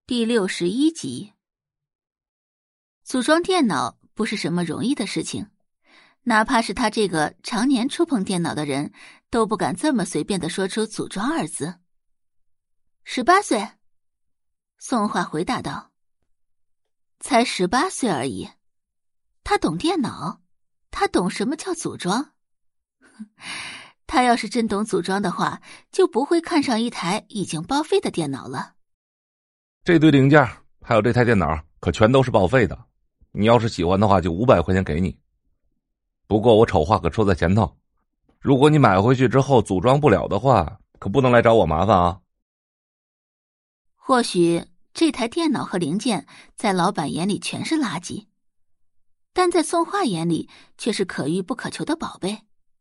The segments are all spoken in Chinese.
第61集。组装电脑不是什么容易的事情，哪怕是他这个常年触碰电脑的人，都不敢这么随便地说出组装二字。18岁，宋画回答道。才18岁而已，他懂电脑，他懂什么叫组装。他要是真懂组装的话，就不会看上一台已经报废的电脑了。 这堆零件还有这台电脑可全都是报废的，你要是喜欢的话就500块钱给你。不过我丑话可说在前头，如果你买回去之后组装不了的话，可不能来找我麻烦啊。 或许这台电脑和零件在老板眼里全是垃圾，但在宋画眼里却是可遇不可求的宝贝。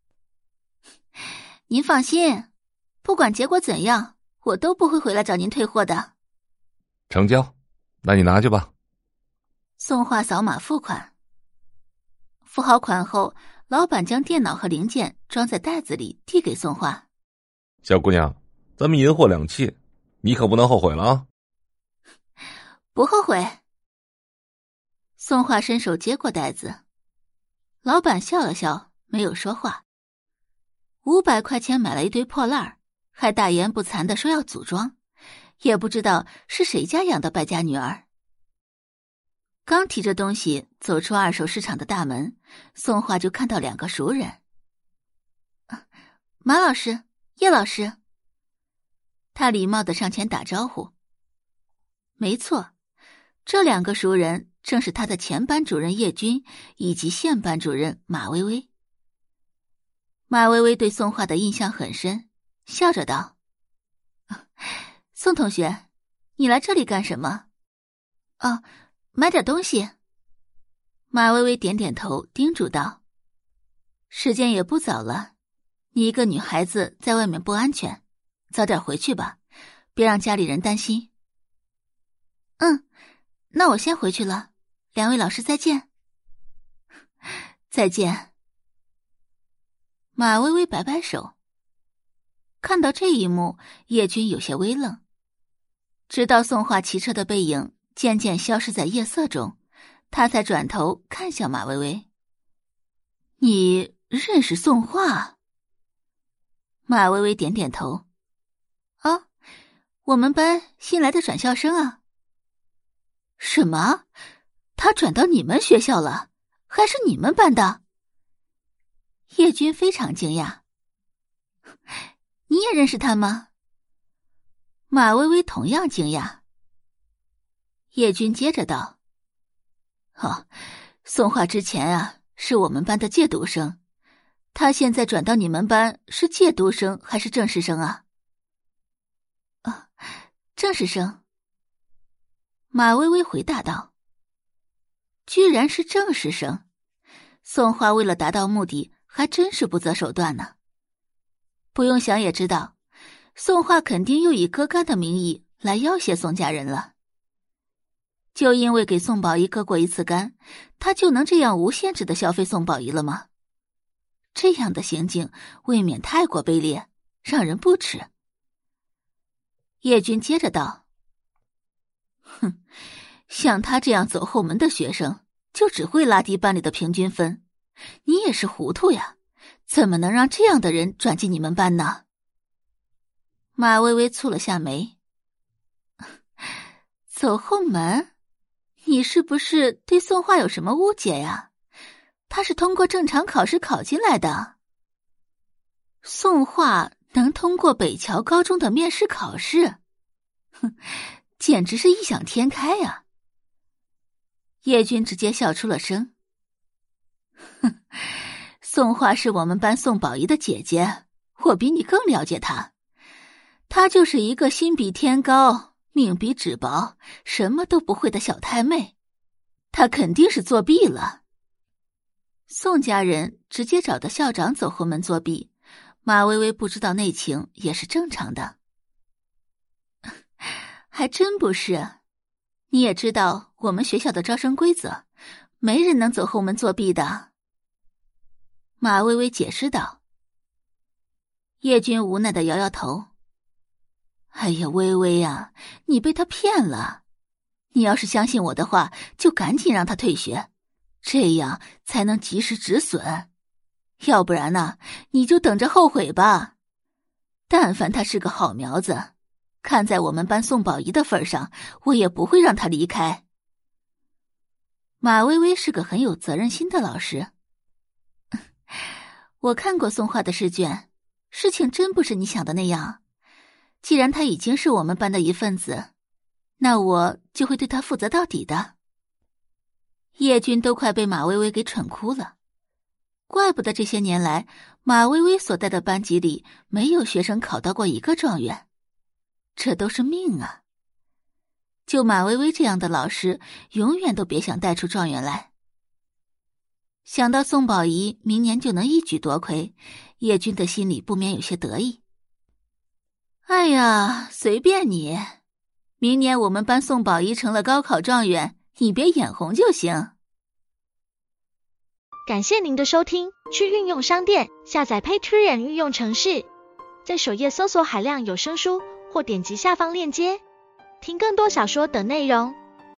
您放心，不管结果怎样，我都不会回来找您退货的。 成交，那你拿去吧。 宋画扫码付款，付好款后，老板将电脑和零件装在袋子里递给宋画。 小姑娘，咱们银货两讫，你可不能后悔了啊。 不后悔。宋画伸手接过袋子，老板笑了笑，没有说话。500块钱买了一堆破烂，还大言不惭地说要组装，也不知道是谁家养的败家女儿。刚提着东西走出二手市场的大门，宋画就看到2个熟人。马老师，叶老师。他礼貌地上前打招呼。没错，这2个熟人正是他的前班主任叶军以及现班主任马薇薇。马薇薇对宋画的印象很深，笑着道：宋同学，你来这里干什么？哦，买点东西。马薇薇点点头，叮嘱道：时间也不早了，你一个女孩子在外面不安全，早点回去吧，别让家里人担心。那我先回去了，2位老师再见。再见。马薇薇摆摆手。看到这一幕，叶军有些微愣，直到宋画骑车的背影渐渐消失在夜色中，他才转头看向马薇薇。你认识宋画？马薇薇点点头。啊，我们班新来的转校生啊。什么？他转到你们学校了？还是你们班的？叶军非常惊讶。你也认识他吗？马薇薇同样惊讶。叶军接着道：宋画之前是我们班的借读生，他现在转到你们班是借读生还是正式生啊？正式生。马薇薇回答道。居然是正式生，宋画为了达到目的还真是不择手段呢。不用想也知道，宋画肯定又以割肝的名义来要挟宋家人了。就因为给宋宝仪割过一次肝，他就能这样无限制的消费宋宝仪了吗？这样的行径未免太过卑劣，让人不齿。叶军接着道：像他这样走后门的学生，就只会拉低班里的平均分。你也是糊涂呀，怎么能让这样的人转进你们班呢？马薇薇蹙了下眉。走后门？你是不是对宋画有什么误解呀？他是通过正常考试考进来的。宋画能通过北桥高中的面试考试，简直是异想天开呀！叶军直接笑出了声。宋画是我们班宋宝仪的姐姐，我比你更了解她。她就是一个心比天高，命比纸薄，什么都不会的小太妹。她肯定是作弊了。宋家人直接找的校长走后门作弊，马薇薇不知道内情也是正常的。还真不是，你也知道我们学校的招生规则，没人能走后门作弊的。马薇薇解释道。叶军无奈地摇摇头。哎呀，薇薇呀，你被他骗了， 你要是相信我的话，就赶紧让他退学，这样才能及时止损。要不然呢，你就等着后悔吧。但凡他是个好苗子，看在我们班宋宝仪的份上，我也不会让他离开。马薇薇是个很有责任心的老师。我看过宋画的试卷，事情真不是你想的那样。既然他已经是我们班的一份子，那我就会对他负责到底的。叶军都快被马薇薇给蠢哭了，怪不得这些年来马薇薇所带的班级里没有学生考到过一个状元，这都是命啊！就马薇薇这样的老师，永远都别想带出状元来。想到宋宝仪明年就能一举夺魁，叶军的心里不免有些得意。哎呀，随便你，明年我们班宋宝仪成了高考状元，你别眼红就行。 感谢您的收听，去应用商店下载 Patreon 运用程式，在首页搜索海量有声书，或点击下方链接听更多小说等内容。